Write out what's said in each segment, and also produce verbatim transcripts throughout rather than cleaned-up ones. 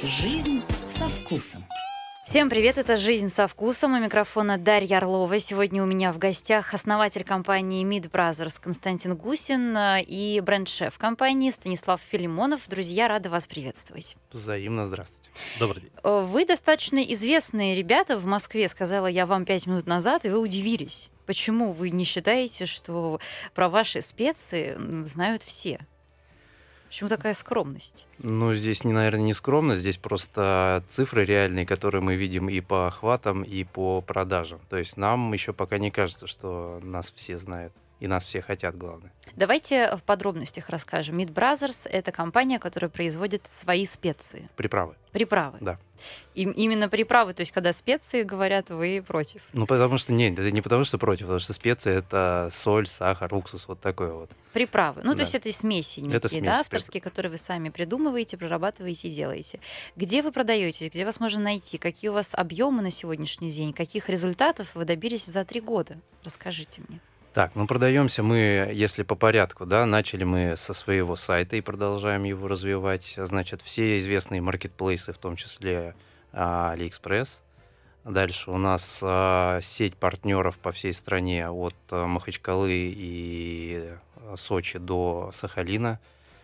Жизнь со вкусом. Всем привет, это «Жизнь со вкусом», у микрофона Дарья Орлова. Сегодня у меня в гостях основатель компании Meat Brothers Константин Гусин и бренд-шеф компании Станислав Филимонов. Друзья, рады вас приветствовать. Взаимно, здравствуйте. Добрый день. Вы достаточно известные ребята в Москве, сказала я вам пять минут назад, и вы удивились. Почему вы не считаете, что про ваши специи знают все? Почему такая скромность? Ну, здесь, не, наверное, не скромность, здесь просто цифры реальные, которые мы видим и по охватам, и по продажам. То есть нам еще пока не кажется, что нас все знают. И нас все хотят, главное. Давайте в подробностях расскажем. Meat Brothers — это компания, которая производит свои специи. Приправы. Приправы. Да. И именно приправы, то есть когда специи говорят, вы против. Ну, потому что нет, это не потому что против, потому что специи — это соль, сахар, уксус, вот такое вот. Приправы. Ну, Да. то есть это смеси некие, Это смеси, да, да. авторские, которые вы сами придумываете, прорабатываете и делаете. Где вы продаетесь, где вас можно найти, какие у вас объемы на сегодняшний день, каких результатов вы добились за три года? Расскажите мне. Так, ну продаемся мы, если по порядку, да, начали мы со своего сайта и продолжаем его развивать. Значит, все известные маркетплейсы, в том числе а, AliExpress. Дальше у нас а, сеть партнеров по всей стране от а, Махачкалы и Сочи до Сахалина.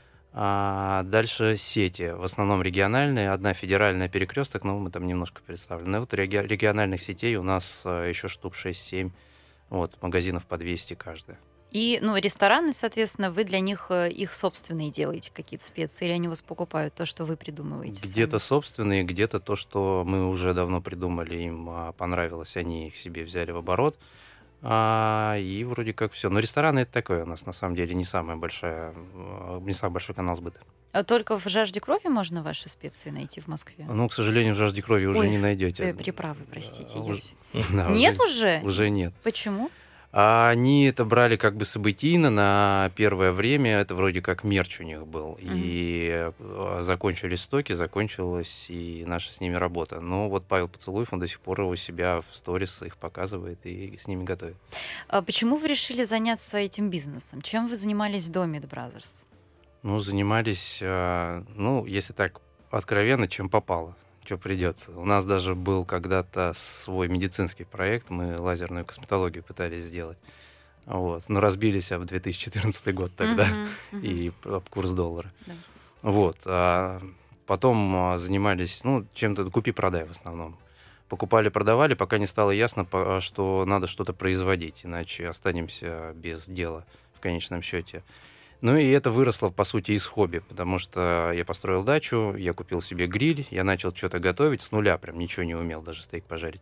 А дальше сети, в основном региональные, одна федеральная, Перекресток, но мы там немножко представлены. Вот реги- региональных сетей у нас а, еще штук шесть-семь. Вот, магазинов по двести каждая. И, ну, рестораны, соответственно, вы для них э, их собственные делаете какие-то специи, или они у вас покупают то, что вы придумываете Где-то сами? собственные, где-то то, что мы уже давно придумали, им а, понравилось, они их себе взяли в оборот. А, и вроде как все. Но рестораны — это такое у нас, на самом деле, не самая большая, а, не самый большой канал сбыта. А только в «Жажде крови» можно ваши специи найти в Москве? Ну, к сожалению, в «Жажде крови» уже Ой, не найдете. Э, Приправы, простите. А, я уж- всё- Да, Нет уже? Уже нет. Почему? А они это брали как бы событийно на первое время, это вроде как мерч у них был, Мгм. и э, закончились стоки, закончилась и наша с ними работа. Но вот Павел Поцелуев, он до сих пор у себя в сторис их показывает и с ними готовит. А почему вы решили заняться этим бизнесом? Чем вы занимались до Meat Brothers? Ну, занимались, э, ну, если так откровенно, чем попало, что придется. У нас даже был когда-то свой медицинский проект, мы лазерную косметологию пытались сделать. Вот. Но разбились об две тысячи четырнадцатый год тогда. Мгм, мгм. И об курс доллара. Да. Вот. А потом а, занимались, ну, чем-то купи-продай в основном. Покупали, продавали, пока не стало ясно, по- что надо что-то производить, иначе останемся без дела в конечном счете. Ну и это выросло, по сути, из хобби, потому что я построил дачу, я купил себе гриль, я начал что-то готовить с нуля, прям ничего не умел, даже стейк пожарить.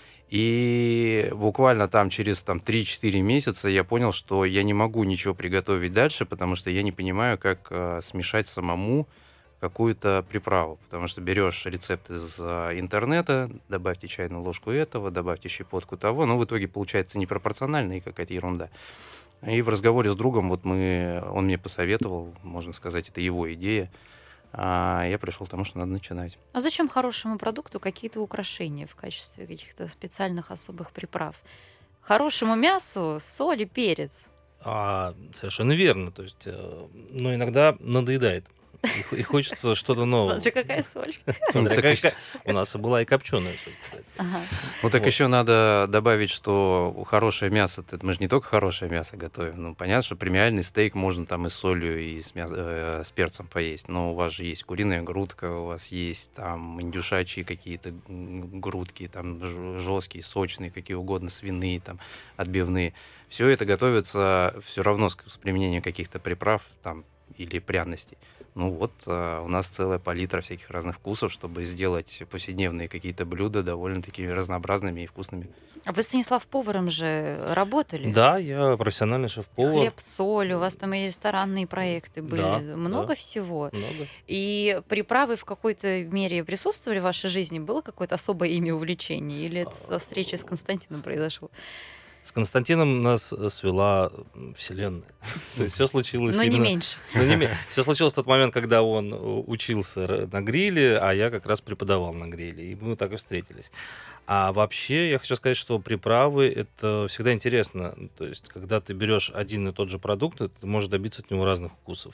И буквально там через там, три-четыре месяца я понял, что я не могу ничего приготовить дальше, потому что я не понимаю, как э, смешать самому какую-то приправу. Потому что берешь рецепт из э, интернета, добавьте чайную ложку этого, добавьте щепотку того, но в итоге получается непропорционально и какая-то ерунда. И в разговоре с другом, вот мы, он мне посоветовал, можно сказать, это его идея, а я пришел к тому, что надо начинать. А зачем хорошему продукту какие-то украшения в качестве каких-то специальных особых приправ? Хорошему мясу соль и перец. А, совершенно верно. То есть, э, но иногда надоедает. И, х- и хочется что-то нового. Смотри, какая соль. Смотря Так какая- У нас была и копченая соль, кстати. Ага. Ну так Вот. еще надо добавить, что хорошее мясо, это мы же не только хорошее мясо готовим. Ну, понятно, что премиальный стейк можно там и с солью, и с, мяс- э, с перцем поесть. Но у вас же есть куриная грудка, у вас есть там индюшачьи какие-то м, грудки, там ж- жесткие, сочные, какие угодно, свиные, там отбивные. Все это готовится все равно с, с применением каких-то приправ там или пряностей. Ну вот, а, у нас целая палитра всяких разных вкусов, чтобы сделать повседневные какие-то блюда довольно-таки разнообразными и вкусными. А вы, Станислав, поваром же работали? Да, я профессиональный шеф-повар. Хлеб, соль, у вас там и ресторанные проекты были. Да, Много да. всего. Много. И приправы в какой-то мере присутствовали в вашей жизни? Было какое-то особое имя увлечение? Или это со встречи с Константином произошло? С Константином нас э, свела м, вселенная. То есть все случилось Но не именно... меньше. Ну, не ме- Все случилось в тот момент, когда он э, учился р- на гриле, а я как раз преподавал на гриле. И мы вот так и встретились. А вообще, я хочу сказать, что приправы — это всегда интересно. То есть, когда ты берешь один и тот же продукт, ты можешь добиться от него разных вкусов.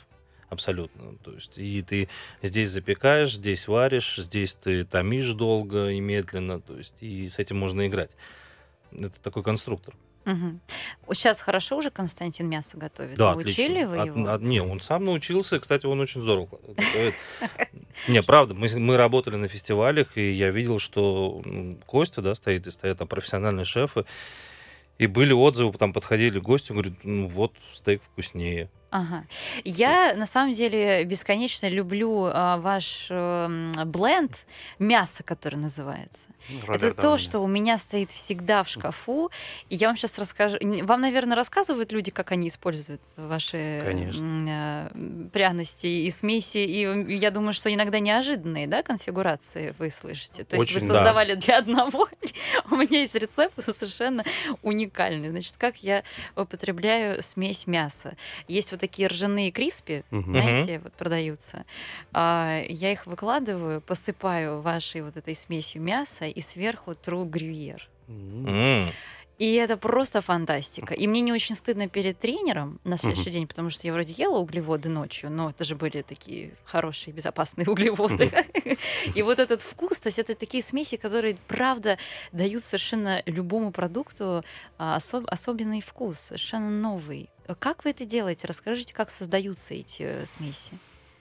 Абсолютно. То есть и ты здесь запекаешь, здесь варишь, здесь ты томишь долго и медленно. То есть и с этим можно играть. Это такой конструктор. Мгм. Сейчас хорошо уже Константин мясо готовит? Да, Научили отлично. вы От- его? от- не, он сам научился. Кстати, он очень здорово готовит. Не, правда, мы, мы работали на фестивалях, и я видел, что м, Костя, да, стоит, и стоят там профессиональные шефы. И были отзывы, там подходили гости, говорят, ну вот, стейк вкуснее. Ага. Я на самом деле бесконечно люблю а, ваш эм, бленд мяса, который называется. Ну, Это Роберт то, Дауни что мясо. у меня стоит всегда в шкафу. И я вам сейчас расскажу. Н- Вам, наверное, рассказывают люди, как они используют ваши Конечно. м, э, пряности и смеси. И м, я думаю, что иногда неожиданные, да, конфигурации вы слышите. То есть вы Очень, да. создавали для одного. У меня есть рецепт совершенно уникальный. Значит, как я употребляю смесь мяса. Есть вот такие ржаные криспи, Мгм. знаете, вот продаются. А, я их выкладываю, посыпаю вашей вот этой смесью мяса и сверху тру грюйер. М. М. И это просто фантастика. И мне не очень стыдно перед тренером на следующий Мгм. день, потому что я вроде ела углеводы ночью, но это же были такие хорошие, безопасные углеводы. И вот этот вкус, то есть это такие смеси, которые, правда, дают совершенно любому продукту а, особ- особенный вкус, совершенно новый. Как вы это делаете? Расскажите, как создаются эти э, смеси.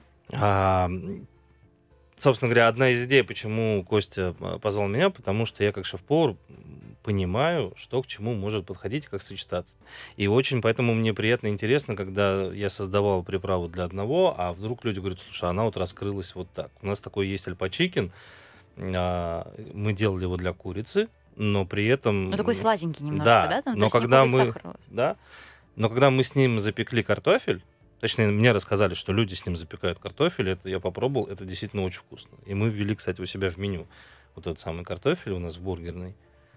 А, м, собственно говоря, одна из идей, почему Костя а, позвал меня, потому что я как шеф-повар м, понимаю, что к чему может подходить и как сочетаться. И очень поэтому мне приятно и интересно, когда я создавал приправу для одного, а вдруг люди говорят, слушай, она вот раскрылась вот так. У нас такой есть альпачикен, а, мы делали его для курицы, но при этом... Ну, такой м, сладенький немножко, да, да? Там, то но есть когда никакой мы- сахар у вас. да, но когда мы с ним запекли картофель, точнее, мне рассказали, что люди с ним запекают картофель, это я попробовал, это действительно очень вкусно. И мы ввели, кстати, у себя в меню вот этот самый картофель у нас в бургерной.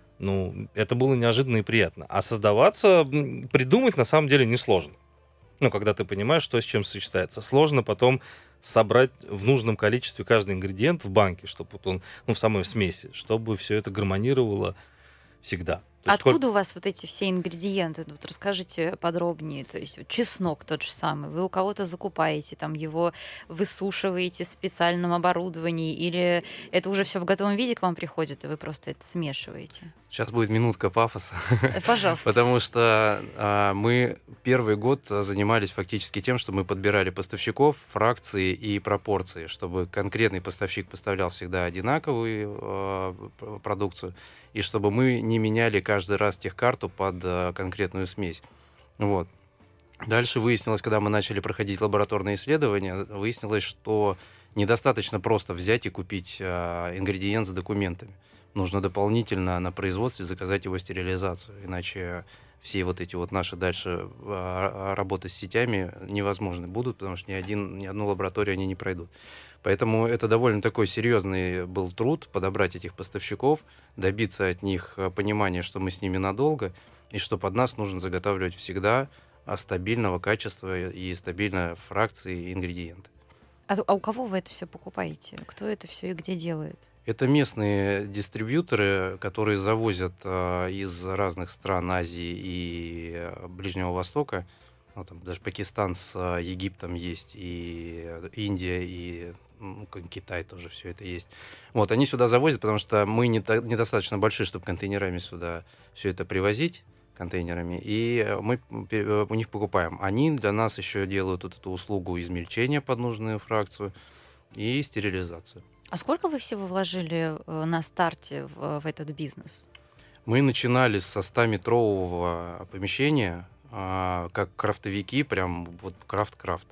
Ну, это было неожиданно и приятно. А создаваться, м, придумать на самом деле несложно. Ну, когда ты понимаешь, что с чем сочетается. Сложно потом собрать в нужном количестве каждый ингредиент в банке, чтобы вот он, ну, в самой смеси, чтобы все это гармонировало всегда. То есть Откуда у вас вот эти все ингредиенты? Вот расскажите подробнее. То есть вот чеснок тот же самый. Вы у кого-то закупаете, там его высушиваете в специальном оборудовании, или это уже все в готовом виде к вам приходит, и вы просто это смешиваете? Сейчас будет минутка пафоса. Э, Пожалуйста. Потому что а, мы первый год занимались фактически тем, что мы подбирали поставщиков, фракции и пропорции, чтобы конкретный поставщик поставлял всегда одинаковую а, п- продукцию, и чтобы мы не меняли каждый раз техкарту под а, конкретную смесь. Вот. Дальше выяснилось, когда мы начали проходить лабораторные исследования, выяснилось, что недостаточно просто взять и купить а, ингредиент с документами. Нужно дополнительно на производстве заказать его стерилизацию, иначе все вот эти вот наши дальше а, работы с сетями невозможны будут, потому что ни, один, ни одну лабораторию они не пройдут. Поэтому это довольно такой серьезный был труд подобрать этих поставщиков, добиться от них а, понимания, что мы с ними надолго, и что под нас нужно заготавливать всегда а, стабильного качества и стабильной фракции и ингредиенты. А, а у кого вы это все покупаете? Кто это все и где делает? Это местные дистрибьюторы, которые завозят а, из разных стран Азии и а, Ближнего Востока. Ну, там даже Пакистан с а, Египтом есть, и э, Индия, и ну, как Китай тоже все это есть. Вот, они сюда завозят, потому что мы не та- недостаточно большие, чтобы контейнерами сюда все это привозить, контейнерами, и э, мы пе- э, у них покупаем. Они для нас еще делают вот эту услугу измельчения под нужную фракцию и стерилизацию. А сколько вы всего вложили э, на старте в, в этот бизнес? Мы начинали со ста-метрового помещения, а, как крафтовики, прям вот крафт-крафт.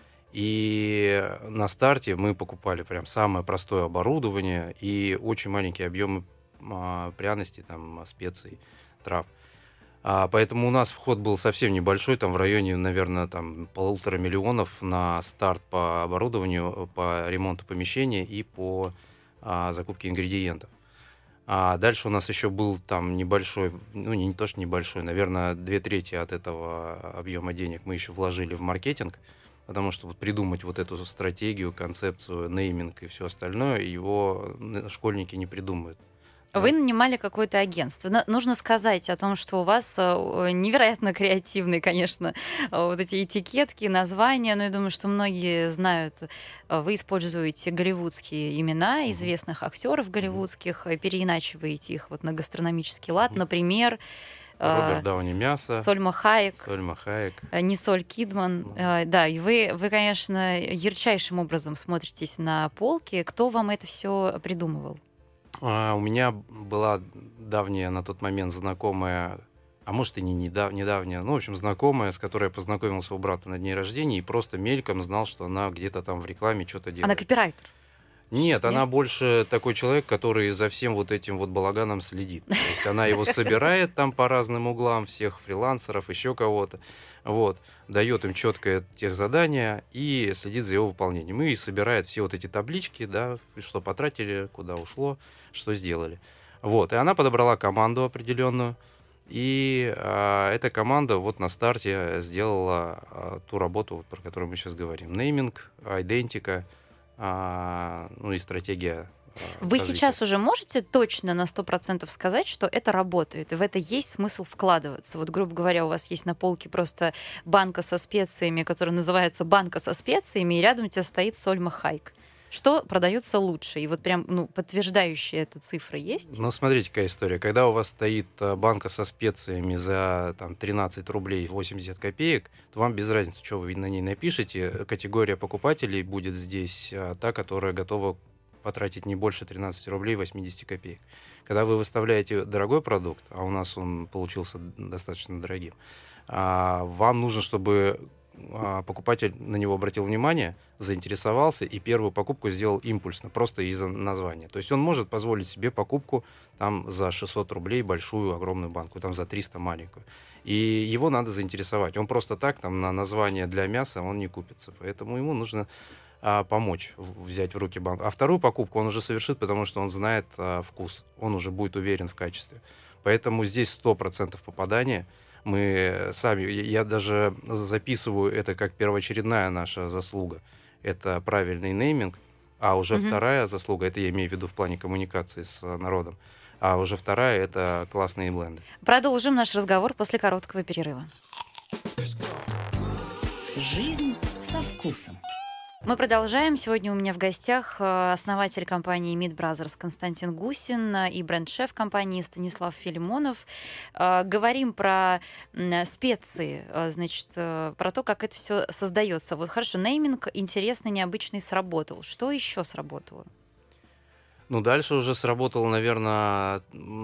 И на старте мы покупали прям самое простое оборудование и очень маленькие объемы а, пряностей, там, специй, трав. А, поэтому у нас вход был совсем небольшой, там в районе, наверное, там полутора миллионов на старт по оборудованию, по ремонту помещения и по а, закупке ингредиентов. А дальше у нас еще был там небольшой, ну не, не то что небольшой, наверное, две трети от этого объема денег мы еще вложили в маркетинг, потому что вот придумать вот эту стратегию, концепцию, нейминг и все остальное, его н- школьники не придумают. Вы нанимали какое-то агентство. На- Нужно сказать о том, что у вас э, невероятно креативные, конечно, э, вот эти этикетки, названия. Но я думаю, что многие знают, э, вы используете голливудские имена Мгм. известных актеров Мгм. голливудских, э, переиначиваете их вот на гастрономический лад. Мгм. Например, Роберт э, Дауни Мясо, Сольма Хайек, Сольма Хайек. э, Нисоль Кидман. Мгм. Э, Да, и вы, вы, конечно, ярчайшим образом смотритесь на полке. Кто вам это все придумывал? А, у меня была давняя на тот момент знакомая, а может и не недав- недавняя, ну, в общем, знакомая, с которой я познакомился у брата на дне рождения и просто мельком знал, что она где-то там в рекламе что-то Она делает. копирайтер. Нет, Нет? она больше такой человек, который за всем вот этим вот балаганом следит. То есть она его собирает там по разным углам, всех фрилансеров, еще кого-то, вот, дает им четкое техзадание и следит за его выполнением. И собирает все вот эти таблички, да, что потратили, куда ушло, что сделали. Вот, и она подобрала команду определенную, и а, эта команда вот на старте сделала а, ту работу, вот, про которую мы сейчас говорим. Нейминг, идентика, а, ну и стратегия а, Вы развития. сейчас уже можете точно на сто процентов сказать, что это работает, и в это есть смысл вкладываться? Вот, грубо говоря, у вас есть на полке просто банка со специями, которая называется банка со специями, и рядом у тебя стоит Сольма Хайк. Что продается лучше? И вот прям, ну, подтверждающие это цифры есть? Ну, смотрите, какая история. Когда у вас стоит а, банка со специями за там, тринадцать рублей восемьдесят копеек, то вам без разницы, что вы на ней напишете. Категория покупателей будет здесь а, та, которая готова потратить не больше тринадцать рублей восемьдесят копеек. Когда вы выставляете дорогой продукт, а у нас он получился достаточно дорогим, а, вам нужно, чтобы а, покупатель на него обратил внимание, заинтересовался и первую покупку сделал импульсно, просто из-за названия. То есть он может позволить себе покупку там за шестьсот рублей большую, огромную банку, там за триста маленькую. И его надо заинтересовать. Он просто так там на название для мяса он не купится. Поэтому ему нужно а, помочь в- взять в руки банку. А вторую покупку он уже совершит, потому что он знает а, вкус. Он уже будет уверен в качестве. Поэтому здесь сто процентов попадания. Мы сами, я я даже записываю это как первоочередная наша заслуга. Это правильный нейминг, а уже Мгм. вторая заслуга, это я имею в виду в плане коммуникации с э, народом, а уже вторая это классные бленды. Продолжим наш разговор после короткого перерыва. Жизнь со вкусом. Мы продолжаем. Сегодня у меня в гостях э, основатель компании Meat Brothers Константин Гусин э, и бренд-шеф компании Станислав Филимонов. Э, Говорим про м, специи, э, значит, э, про то, как это все создается. Вот хорошо, нейминг интересный, необычный сработал. Что еще сработало? Ну, дальше уже сработал, наверное,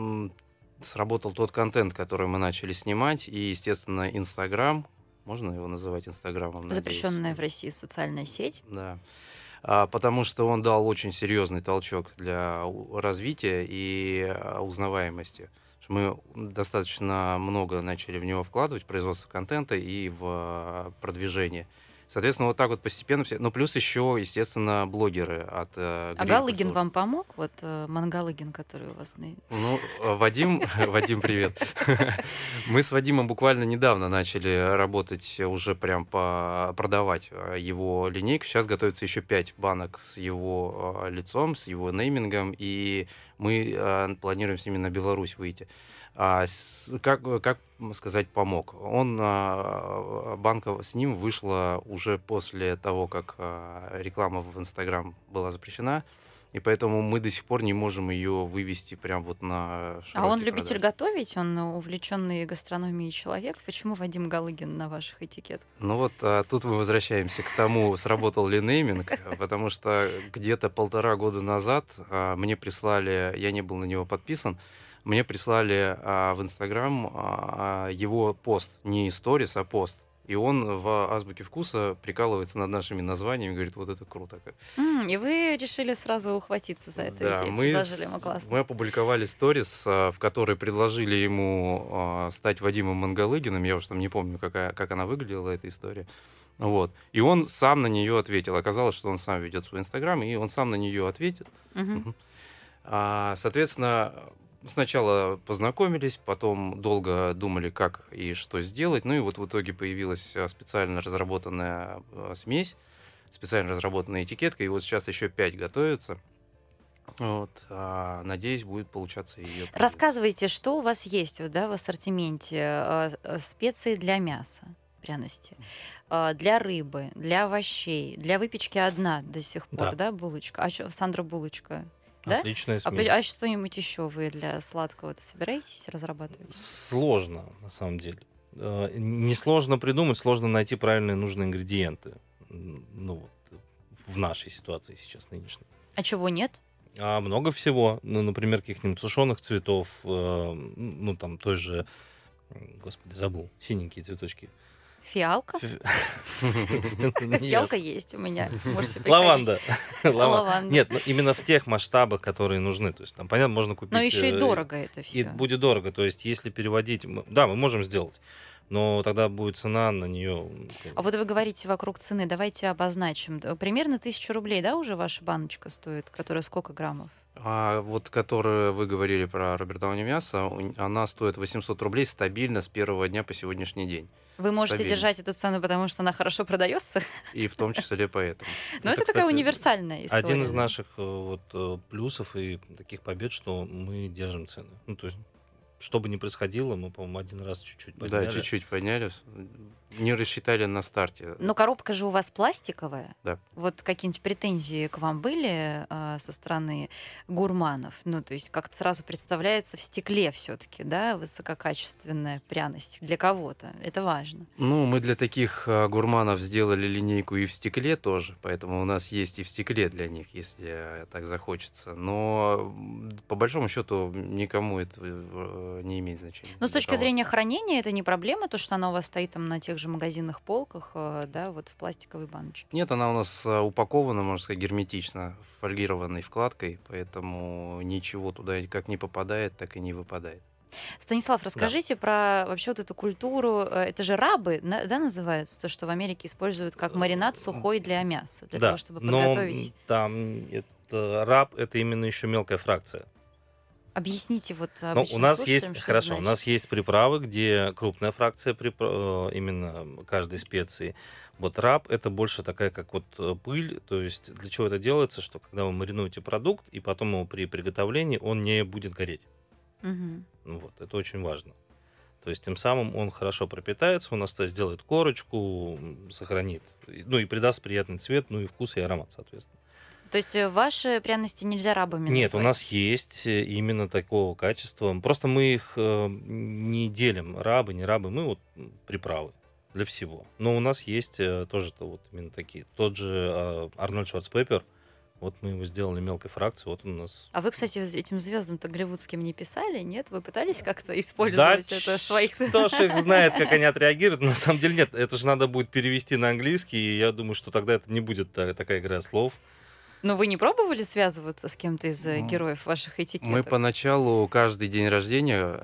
сработал тот контент, который мы начали снимать, и, естественно, Инстаграм, можно его называть Инстаграмом, надеюсь? Запрещенная в России социальная сеть. Да. А, потому что он дал очень серьезный толчок для у- развития и а, узнаваемости. Что Мы достаточно много начали в него вкладывать, в производство контента и в а, продвижение. Соответственно, вот так вот постепенно все. Ну, плюс еще, естественно, блогеры от э, А гриль Галыгин культуры. вам помог? Вот э, Мангалыгин, который у вас... на- Ну, э, Вадим, Вадим, привет. Мы с Вадимом буквально недавно начали работать, уже прям по продавать э, его линейку. Сейчас готовится еще пять банок с его э, лицом, с его неймингом, и мы э, планируем с ними на Беларусь выйти. А с- как, как сказать, помог? Он, а, банка с ним вышла уже после того, как а, реклама в Инстаграм была запрещена, и поэтому мы до сих пор не можем ее вывести прям вот на А он широкие любитель продажи. готовить? Он увлеченный гастрономией человек? Почему Вадим Галыгин на ваших этикетках? Ну вот а, тут мы возвращаемся к тому, сработал ли нейминг, потому что где-то полтора года назад а, мне прислали, я не был на него подписан, мне прислали а, в Инстаграм а, его пост, не сторис, а пост. И он в азбуке вкуса прикалывается над нашими названиями, говорит, вот это круто. как». М, и вы решили сразу ухватиться за эту Да, идею, мы, предложили с- ему классно. мы опубликовали сторис, а, в которой предложили ему а, стать Вадимом Мангалыгиным. Я уж там не помню, какая, как она выглядела, эта история. Вот. И он сам на нее ответил. Оказалось, что он сам ведет свой Инстаграм, и он сам на нее ответил. Мгм. Мгм. А, Соответственно, сначала познакомились, потом долго думали, как и что сделать. Ну и вот в итоге появилась а, специально разработанная а, смесь, специально разработанная этикетка. И вот сейчас еще пять готовится. Вот. А, надеюсь, будет получаться ее. Рассказывайте, что у вас есть вот, да, в ассортименте. э, э, Специи для мяса, пряности, э, для рыбы, для овощей, для выпечки одна до сих пор, Да. да, булочка? А что, Сандра, булочка? Да? Отличная А, смесь. по- а что-нибудь еще вы для сладкого-то собираетесь разрабатывать? Сложно, на самом деле. Э, Несложно придумать, сложно найти правильные нужные ингредиенты. М, Ну, вот, в нашей ситуации сейчас нынешней. А чего нет? А много всего. Ну, например, каких-нибудь сушеных цветов, э, ну, там, той же, м, господи, забыл, синенькие цветочки. Фиалка? Нет. Фиалка есть у меня. Можете приходить. Лаванда. Лава- Лаванда. Нет, ну, именно в тех масштабах, которые нужны. То есть, там, понятно, можно купить... Но еще и э, дорого это И все. будет дорого. То есть, если переводить... мы- Да, мы можем сделать. Но тогда будет цена на нее... А вот вы говорите вокруг цены, давайте обозначим. Д- Примерно тысячу рублей, да, уже ваша баночка стоит, которая сколько граммов? А вот, которую вы говорили про Роберт Дауни мясо, у- она стоит восемьсот рублей стабильно с первого дня по сегодняшний день. Вы можете Стабильно. держать эту цену, потому что она хорошо продается? И в том числе поэтому. Но это Это, такая кстати, универсальная история. Один из наших э, вот, э, плюсов и таких побед, что мы держим цены. Ну, то есть, что бы ни происходило, мы, по-моему, один раз чуть-чуть подняли. Да, чуть-чуть подняли. Не рассчитали на старте. Но коробка же у вас пластиковая. Да. Вот какие-нибудь претензии к вам были э, со стороны гурманов? Ну, то есть как-то сразу представляется в стекле все-таки, да, высококачественная пряность для кого-то. Это важно. Ну, мы для таких а, гурманов сделали линейку и в стекле тоже, поэтому у нас есть и в стекле для них, если а, так захочется. Но м, по большому счету никому это э, не имеет значения. Но с Для точки кого. зрения хранения это не проблема, то, что она у вас стоит там на тех же магазинных полках, э, да, вот в пластиковой баночке. Нет, она у нас а, упакована, можно сказать, герметично, фольгированной вкладкой, поэтому ничего туда как не попадает, так и не выпадает. Станислав, расскажите про вообще вот эту культуру. э, Это же рабы, на- да, называются, то, что в Америке используют как маринад сухой для мяса, для Да, того, чтобы но подготовить. там это, раб — это именно еще мелкая фракция. Объясните вот Ну, обычным у нас слушателям, есть, что это хорошо, у значит. нас есть приправы, где крупная фракция припра- э, именно каждой специи. Вот раб — это больше такая, как вот э, пыль. То есть для чего это делается? Что когда вы маринуете продукт, и потом его при приготовлении, он не будет гореть. Мгм. Ну Вот, это очень важно. То есть тем самым он хорошо пропитается, у нас то сделает корочку, м, сохранит, и- ну и придаст приятный цвет, ну и вкус и аромат, соответственно. То есть э, ваши пряности нельзя рабами Нет, у назвать? нас есть э, именно такого качества. Просто мы их э, не делим, рабы, не рабы, мы вот м, приправы для всего. Но у нас есть э, тоже-то вот именно такие. Тот же э, Арнольд Шварцпеппер, вот мы его сделали мелкой фракцией, вот он у нас... А вы, кстати, этим звездам-то голливудским не писали, нет? Вы пытались как-то использовать Да, это в своих... кто ж их знает, как они отреагируют. На самом деле нет, это же надо будет перевести на английский, и я думаю, что тогда это не будет та- такая игра слов. Но вы не пробовали связываться с кем-то из э, М, героев ваших этикеток? Мы поначалу каждый день рождения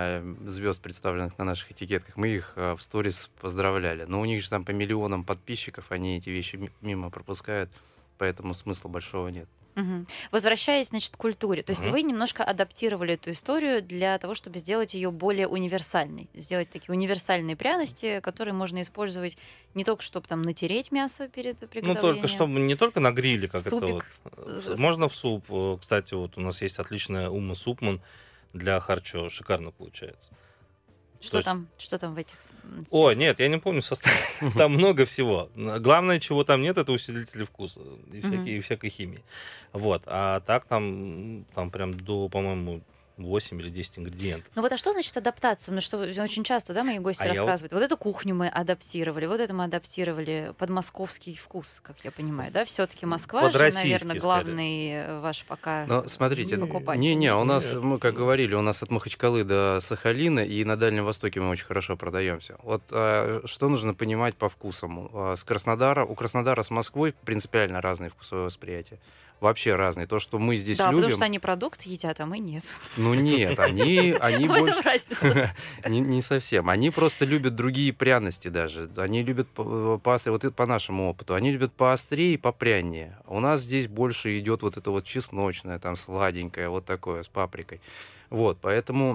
звезд, представленных на наших этикетках, мы их а, в сторис поздравляли. Но у них же там по миллионам подписчиков, они эти вещи ми- мимо пропускают, поэтому смысла большого нет. Мгм. Возвращаясь, значит, к культуре. То есть Мгм. вы немножко адаптировали эту историю для того, чтобы сделать ее более универсальной. Сделать такие универсальные пряности, которые можно использовать не только, чтобы там натереть мясо перед Ну, приготовлением. только чтобы не только на гриле, как это Супик вот. э, з- Можно в засыпать. суп. Э, Кстати, вот у нас есть отличная Ума Супман для харчо. Шикарно получается. То Что есть- там, что там в этих с- м, О, специях? нет, я не помню состав. Там много всего. Главное, чего там нет, это усилители вкуса и, Мгм. всякие, и всякой химии. Вот. А так там, там прям до, по-моему, восемь или десять ингредиентов. Ну вот, а что значит адаптация? Ну что очень часто, да, мои гости А я вот- рассказывают. Вот эту кухню мы адаптировали, вот это мы адаптировали под московский вкус, как я понимаю, да? Все-таки Москва Под же, российский, наверное, скорее. главный э, ваш пока. Но смотрите, покупатель. не-не, у нас, Нет. мы как говорили, у нас от Махачкалы до Сахалина и на Дальнем Востоке мы очень хорошо продаемся. Вот а, что нужно понимать по вкусам? А, С Краснодара, у Краснодара с Москвой принципиально разные вкусовые восприятия. Вообще разные. То, что мы здесь Да, любим... потому что они продукт едят, а мы нет. Ну нет, они, они В больше... этом разница. Не, не совсем. Они просто любят другие пряности даже. Они любят по- поострее, вот это по нашему опыту, они любят поострее и попрянее. У нас здесь больше идет вот это вот чесночное, там сладенькое, вот такое, с паприкой. Вот, поэтому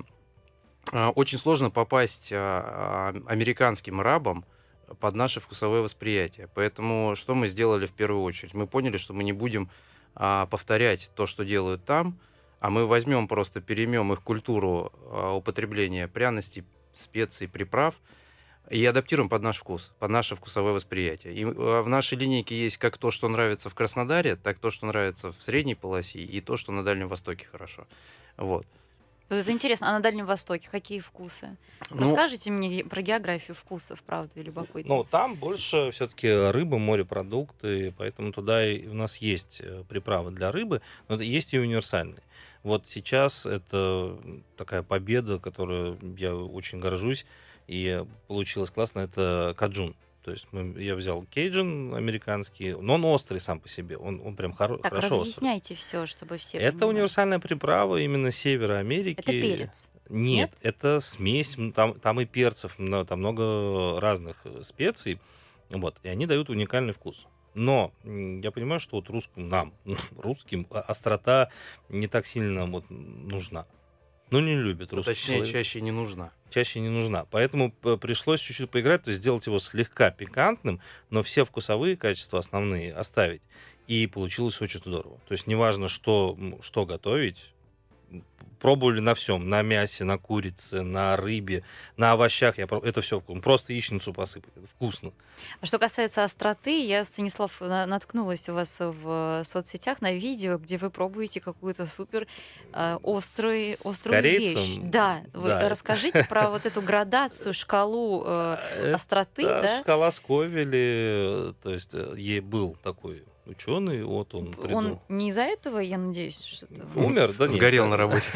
а, очень сложно попасть а, а, американским рабам под наше вкусовое восприятие. Поэтому что мы сделали в первую очередь? Мы поняли, что мы не будем а, повторять то, что делают там, а мы возьмем просто, переймем их культуру а, употребления пряностей, специй, приправ и адаптируем под наш вкус, под наше вкусовое восприятие. И а, в нашей линейке есть как то, что нравится в Краснодаре, так то, что нравится в средней полосе, и то, что на Дальнем Востоке хорошо. Вот. Вот это интересно. А на Дальнем Востоке какие вкусы? Ну, Расскажите мне про географию вкусов, правда, любопытно. Ну, там больше все-таки рыба, морепродукты, поэтому туда и у нас есть э, приправы для рыбы, но это есть и универсальные. Вот сейчас это такая победа, которую я очень горжусь, и получилось классно, это каджун. То есть мы, я взял кейджин американский, но он острый сам по себе, он, он прям хоро- Так, хорошо острый. разъясняйте все, чтобы все Это понимали. универсальная приправа именно Севера Америки. Это перец? Нет, Нет? это смесь, м, там, там и перцев, но там много разных э, специй, вот, и они дают уникальный вкус. Но м, я понимаю, что вот русским, нам, русским, а- острота не так сильно вот нужна. Ну, не любит ну, русский точнее, человек. чаще не нужна. Чаще не нужна. Поэтому п- пришлось чуть-чуть поиграть, то есть сделать его слегка пикантным, но все вкусовые качества основные оставить. И получилось очень здорово. То есть неважно, что, м, что готовить, м, пробовали на всем. На мясе, на курице, на рыбе, на овощах. Я, про- это все вкусно. Просто яичницу посыпать. Это вкусно. А что касается остроты, я, Станислав, на- наткнулась у вас в соцсетях на видео, где вы пробуете какую-то супер э, острый, С острую вещь. корейцем? Да, вы Да. расскажите про вот эту градацию, шкалу э, остроты, Это да? шкала Сковеля. То есть э, ей был такой ученый, вот он придумал. Он не из-за этого, я надеюсь, что-то... Умер? Да нет. Сгорел на работе.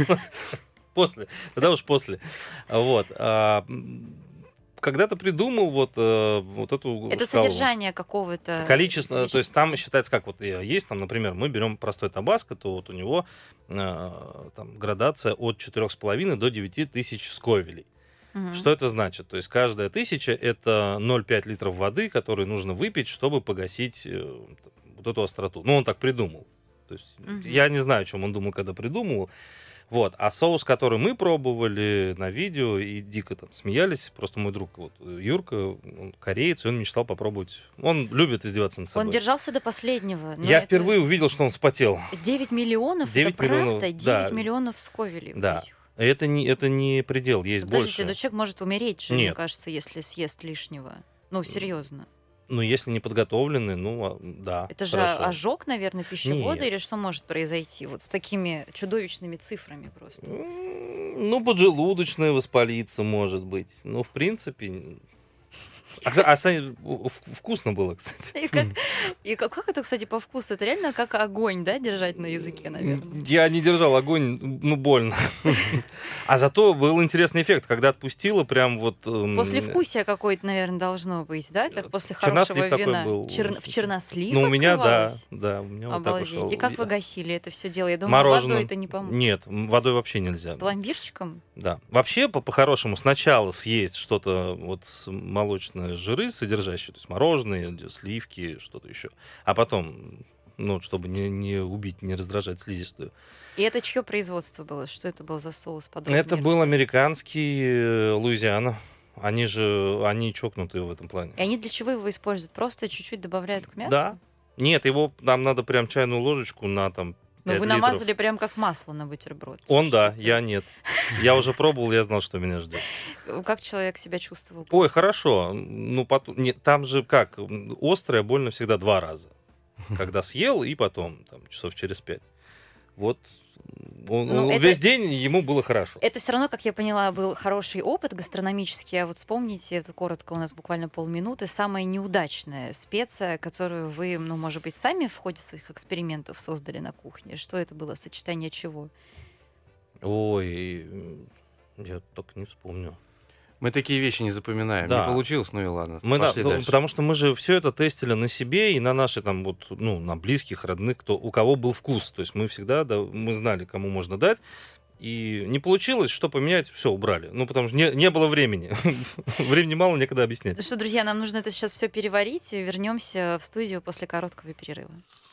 После. Тогда уж после. Вот. А, м, когда-то придумал вот, э, вот эту Это шкалу. содержание какого-то... Количество, вещества. то есть там считается, как вот э, есть, там, например, мы берем простой табаско, то вот у него э, там градация от четырёх с половиной до девяти тысяч сковелей. Мгм. Что это значит? То есть каждая тысяча — это ноль целых пять десятых литров воды, которые нужно выпить, чтобы погасить э, вот эту остроту. Ну, он так придумал. То есть Мгм. я не знаю, о чем он думал, когда придумывал. Вот. А соус, который мы пробовали на видео и дико там смеялись, просто мой друг вот, Юрка, он кореец, и он мечтал попробовать. Он любит издеваться над собой. Он держался до последнего. но Я это впервые увидел, что он вспотел. девять миллионов, девять это правда? миллионов, девять да. миллионов сковелей. вот Да. этих. Это не, это не предел, есть Подождите, больше. но человек может умереть же, мне Нет. кажется, если съест лишнего. Ну, серьезно. Ну, если не подготовлены, ну, а, да. Это же хорошо. ожог, наверное, пищевода, Нет. или что может произойти? Вот с такими чудовищными цифрами просто. М, Ну, поджелудочная воспалиться, может быть. Ну, в принципе... А, кстати, а, кстати, в- в- вкусно было, кстати. И как, и как, как это, кстати, по вкусу? Это реально как огонь, да, держать на языке, наверное? Я не держал огонь, ну, больно. А зато был интересный эффект, когда отпустила прям вот... эм, Послевкусие какое-то, наверное, должно быть, да? Как после чернослив хорошего такой вина. был. Чер- В чернослив Ну, у меня, да, открывалось? да, у меня вот так Обалдеть. ушел. И как вы гасили это все дело? Я думаю, Мороженым. водой это не поможет. Нет, м, водой вообще нельзя. Пломбирчиком? Да. Вообще, по- по-хорошему, сначала съесть что-то вот с молочные жиры содержащие, то есть мороженое, сливки, что-то еще. А потом, ну, чтобы не, не убить, не раздражать слизистую. И это чье производство было? Что это был за соус? Подробнее Это был американский э, Луизиана. Они же, они чокнутые в этом плане. И они для чего его используют? Просто чуть-чуть добавляют к мясу? Да. Нет, его нам надо прям чайную ложечку на там Но пять вы литров. намазали прям как масло на бутерброд. Он, да, Что-то. я нет. Я уже пробовал, я знал, что меня ждет. Как человек себя чувствовал? Ой, после? хорошо. Ну, потом... Нет, там же как? Острое больно всегда два раза. Когда съел, и потом, там, часов через пять. Вот. Он, Ну, он- это- Весь день ему было хорошо. Это все равно, как я поняла, был хороший опыт гастрономический. А вот вспомните, это коротко, у нас буквально полминуты, самая неудачная специя, которую вы, ну, может быть, сами в ходе своих экспериментов создали на кухне. Что это было? Сочетание чего? Ой, м, я только не вспомню. Мы такие вещи не запоминаем. Да. Не получилось, ну и ладно. Мы, да, Пошли ну, дальше. потому что мы же все это тестили на себе и на наши там вот, ну, на близких, родных, кто, у кого был вкус. То есть мы всегда, да, мы знали, кому можно дать. И не получилось, что поменять, все, убрали. Ну, потому что не, не было времени. Времени мало, некогда объяснять. Ну что, друзья, нам нужно это сейчас все переварить. Вернемся в студию после короткого перерыва.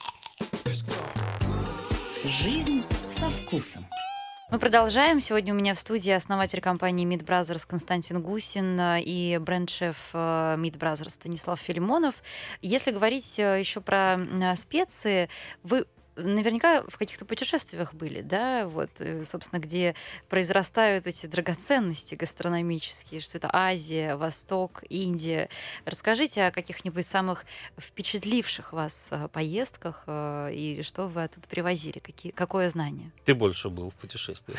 Жизнь со вкусом. Мы продолжаем. Сегодня у меня в студии основатель компании Meat Brothers Константин Гусин э, и бренд-шеф э, Meat Brothers Станислав Филимонов. Если говорить э, еще про э, специи, вы наверняка в каких-то путешествиях были, да, вот, собственно, где произрастают эти драгоценности гастрономические, что это Азия, Восток, Индия. Расскажите о каких-нибудь самых впечатливших вас поездках и что вы оттуда привозили, какие, какое знание? Ты больше был в путешествиях.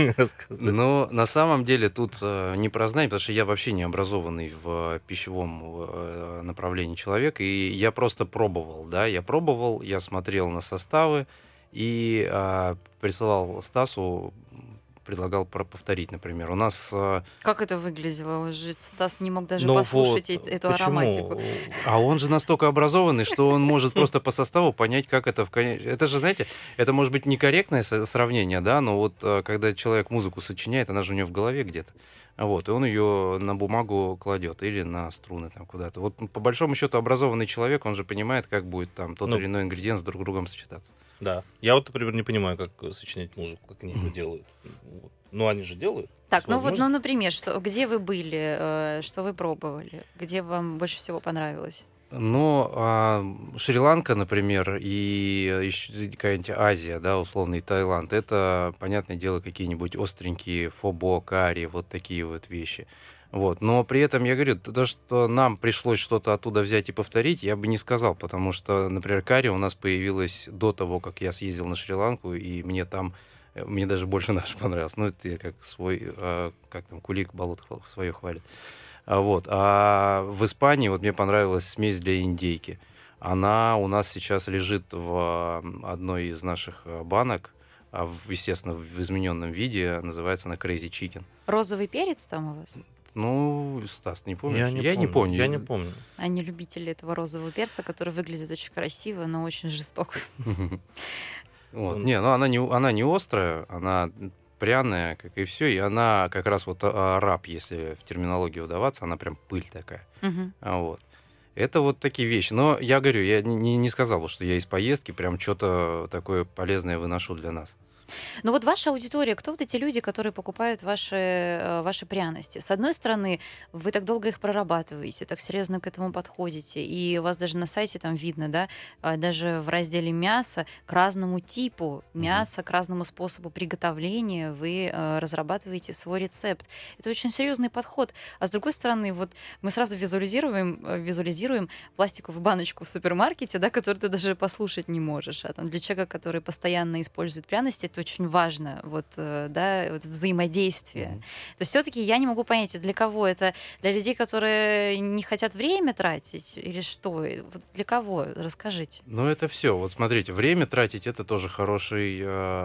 Ну, на самом деле тут не про знание, потому что я вообще не образованный в пищевом направлении человек, и я просто пробовал, да, я пробовал, я смотрел на составы и а, присылал Стасу, предлагал повторить, например. У нас... Как это выглядело? Уже Стас не мог даже ну послушать вот, эту почему? ароматику. А он же настолько образованный, что он может просто по составу понять, как это в конечном... Это же, знаете, это может быть некорректное сравнение, да, но вот когда человек музыку сочиняет, она же у него в голове где-то. Вот, и он ее на бумагу кладет или на струны там куда-то. Вот по большому счету образованный человек, он же понимает, как будет там тот ну, или иной ингредиент с друг другом сочетаться. Да. Я вот, например, не понимаю, как сочинять музыку, как они это делают. Вот. Ну, они же делают. Так, ну вот, ну, например, что, где вы были, э, что вы пробовали, где вам больше всего понравилось? Ну, а, Шри-Ланка, например, и еще какая-нибудь Азия, да, условный Таиланд, это, понятное дело, какие-нибудь остренькие фобо, карри, вот такие вот вещи. Вот. Но при этом я говорю, то, что нам пришлось что-то оттуда взять и повторить, я бы не сказал, потому что, например, карри у нас появилось до того, как я съездил на Шри-Ланку, и мне там, мне даже больше наш понравился. Ну, это я как свой, как там, кулик болот свое хвалит. Вот. А в Испании вот мне понравилась смесь для индейки. Она у нас сейчас лежит в одной из наших банок, естественно, в измененном виде, называется она Crazy Chicken. Розовый перец там у вас? Ну, Стас, не помнишь? Я, не, я помню. не помню. Я не помню. Они любители этого розового перца, который выглядит очень красиво, но очень жестоко. Вот. Не, ну она не, она не острая, она пряная, как и все, и она как раз вот раб, если в терминологию вдаваться, она прям пыль такая. Uh-huh. Вот. Это вот такие вещи. Но я говорю, я не, не сказал, что я из поездки прям что-то такое полезное выношу для нас. Ну вот ваша аудитория, кто вот эти люди, которые покупают ваши, ваши пряности? С одной стороны, вы так долго их прорабатываете, так серьезно к этому подходите, и у вас даже на сайте там видно, да, даже в разделе мяса к разному типу мяса, mm-hmm. к разному способу приготовления вы разрабатываете свой рецепт. Это очень серьезный подход. А с другой стороны, вот мы сразу визуализируем, визуализируем пластиковую баночку в супермаркете, да, которую ты даже послушать не можешь. А там для человека, который постоянно использует пряности, это очень важно, вот, да, вот взаимодействие. Mm-hmm. То есть все-таки я не могу понять, для кого это? Для людей, которые не хотят время тратить, или что? Вот для кого? Расскажите. Ну, это все. Вот смотрите, время тратить — это тоже хороший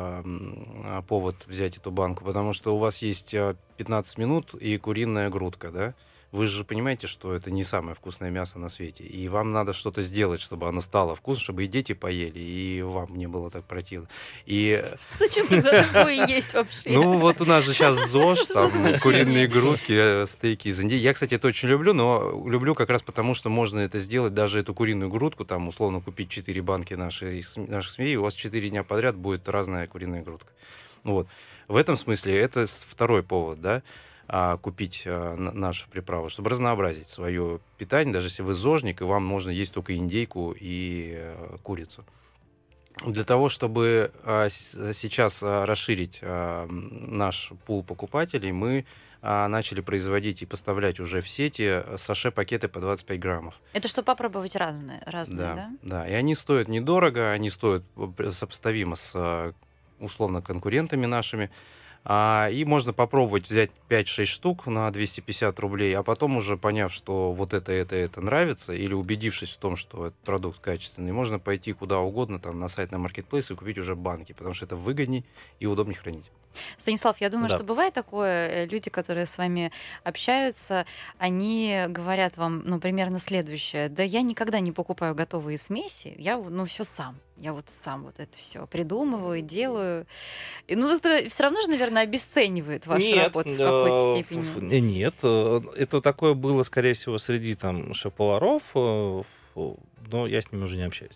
э, повод взять эту банку, потому что у вас есть пятнадцать минут и куриная грудка, да? Вы же понимаете, что это не самое вкусное мясо на свете, и вам надо что-то сделать, чтобы оно стало вкусным, чтобы и дети поели, и вам не было так противно. И... Зачем тогда такое есть вообще? Ну, вот у нас же сейчас ЗОЖ, там куриные грудки, стейки из Индии. Я, кстати, это очень люблю, но люблю как раз потому, что можно это сделать, даже эту куриную грудку, там, условно, купить четыре банки нашей, наших семей, и у вас четыре дня подряд будет разная куриная грудка. Вот. В этом смысле это второй повод, да, купить а, нашу приправу, чтобы разнообразить свое питание, даже если вы зожник, и вам можно есть только индейку и а, курицу. Для того, чтобы а, с- сейчас а, расширить а, наш пул покупателей, мы а, начали производить и поставлять уже в сети саше-пакеты по двадцать пять граммов. Это чтобы попробовать разные, разные, да? Да, да, и они стоят недорого, они стоят сопоставимо с условно конкурентами нашими. А, и можно попробовать взять пять-шесть штук на двести пятьдесят рублей, а потом уже поняв, что вот это, это, это нравится, или убедившись в том, что этот продукт качественный, можно пойти куда угодно, там, на сайт, на маркетплейс и купить уже банки, потому что это выгодней и удобнее хранить. Станислав, я думаю, Да. что бывает такое, люди, которые с вами общаются, они говорят вам, ну, примерно следующее: да я никогда не покупаю готовые смеси, я, ну, все сам, я вот сам вот это все придумываю, делаю. И, ну, это все равно же, наверное, обесценивает вашу Нет, работу в да, какой-то ф- степени. ф- не- Нет, э, это такое было, скорее всего, среди там шеф-поваров, э, ф- но я с ними уже не общаюсь.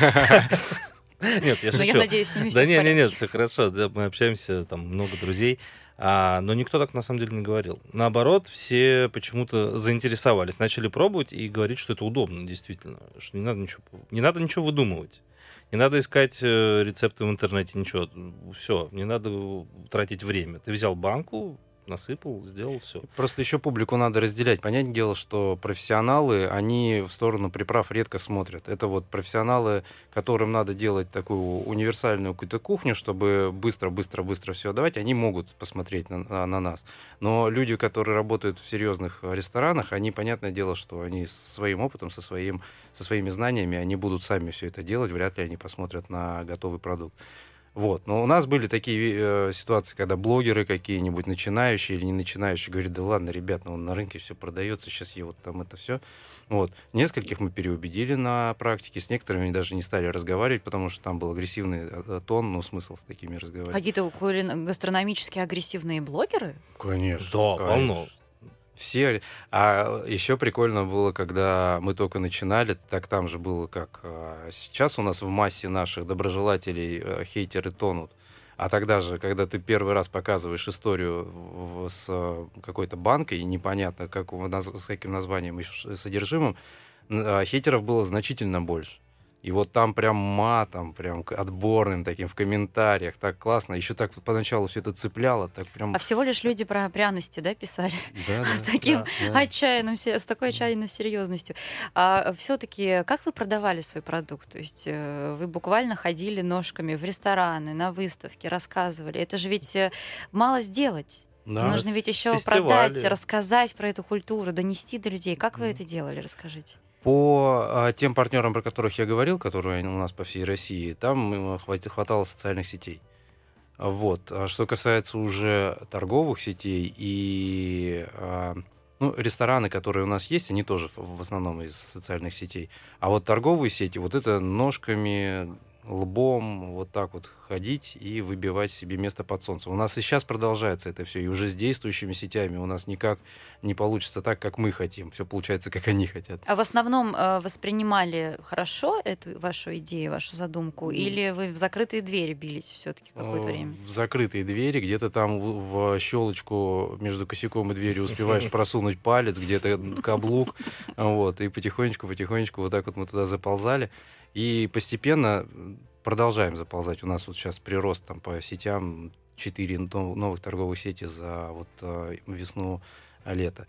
Нет, я Но я шучу. надеюсь, с ними Да все нет, нет, нет, все хорошо, да, мы общаемся, там много друзей, а, но никто так на самом деле не говорил. Наоборот, все почему-то заинтересовались, начали пробовать и говорить, что это удобно, действительно, что не надо ничего, не надо ничего выдумывать. Не надо искать э, рецепты в интернете, ничего. Все, не надо тратить время. Ты взял банку, насыпал, сделал все. Просто еще публику надо разделять. Понятное дело, что профессионалы, они в сторону приправ редко смотрят. Это вот профессионалы, которым надо делать такую универсальную какую-то кухню, чтобы быстро-быстро-быстро все отдавать, они могут посмотреть на, на, на нас. Но люди, которые работают в серьезных ресторанах, они, понятное дело, что они со своим опытом, со, своим, со своими знаниями, они будут сами все это делать, вряд ли они посмотрят на готовый продукт. Вот. Но у нас были такие э, ситуации, когда блогеры какие-нибудь начинающие или не начинающие говорят: да ладно, ребят, ну на рынке все продается, сейчас я вот там это все. Вот. Нескольких мы переубедили на практике, с некоторыми даже не стали разговаривать, потому что там был агрессивный тон, ну смысл с такими разговаривать. Какие-то кулин- гастрономически агрессивные блогеры? Конечно. Да, конечно. полно. Все. А еще прикольно было, когда мы только начинали, так там же было, как а, сейчас у нас в массе наших доброжелателей а, хейтеры тонут. А тогда же, когда ты первый раз показываешь историю в, с а, какой-то банкой, непонятно, как, с каким названием, еще содержимым, а, хейтеров было значительно больше. И вот там прям матом, прям отборным таким в комментариях, так классно. Еще так поначалу все это цепляло, так прям... А всего лишь люди про пряности, да, писали? Да, да, с таким да, да. отчаянным, се- с такой отчаянной серьезностью. А все-таки как вы продавали свой продукт? То есть э, вы буквально ходили ножками в рестораны, на выставки, рассказывали. Это же ведь э, мало сделать. Да. Нужно ведь еще фестивали. продать, рассказать про эту культуру, донести до людей. Как вы это делали? Расскажите. По а, тем партнерам, про которых я говорил, которые у нас по всей России, там м, хват- хватало социальных сетей. А Вот. А что касается уже торговых сетей и а, ну, рестораны, которые у нас есть, они тоже в в основном из социальных сетей. А вот торговые сети, вот это ножками, лбом, вот так вот ходить и выбивать себе место под солнцем. У нас и сейчас продолжается это все, и уже с действующими сетями у нас никак не получится так, как мы хотим. Все получается, как они хотят. А в основном э, воспринимали хорошо эту вашу идею, вашу задумку, или вы в закрытые двери бились все-таки какое-то Э, время? В закрытые двери, где-то там в, в щелочку между косяком и дверью успеваешь просунуть палец, где-то каблук, вот, и потихонечку-потихонечку вот так вот мы туда заползали. И постепенно продолжаем заползать. У нас вот сейчас прирост там по сетям четыре новых торговых сети за вот э, весну-лето.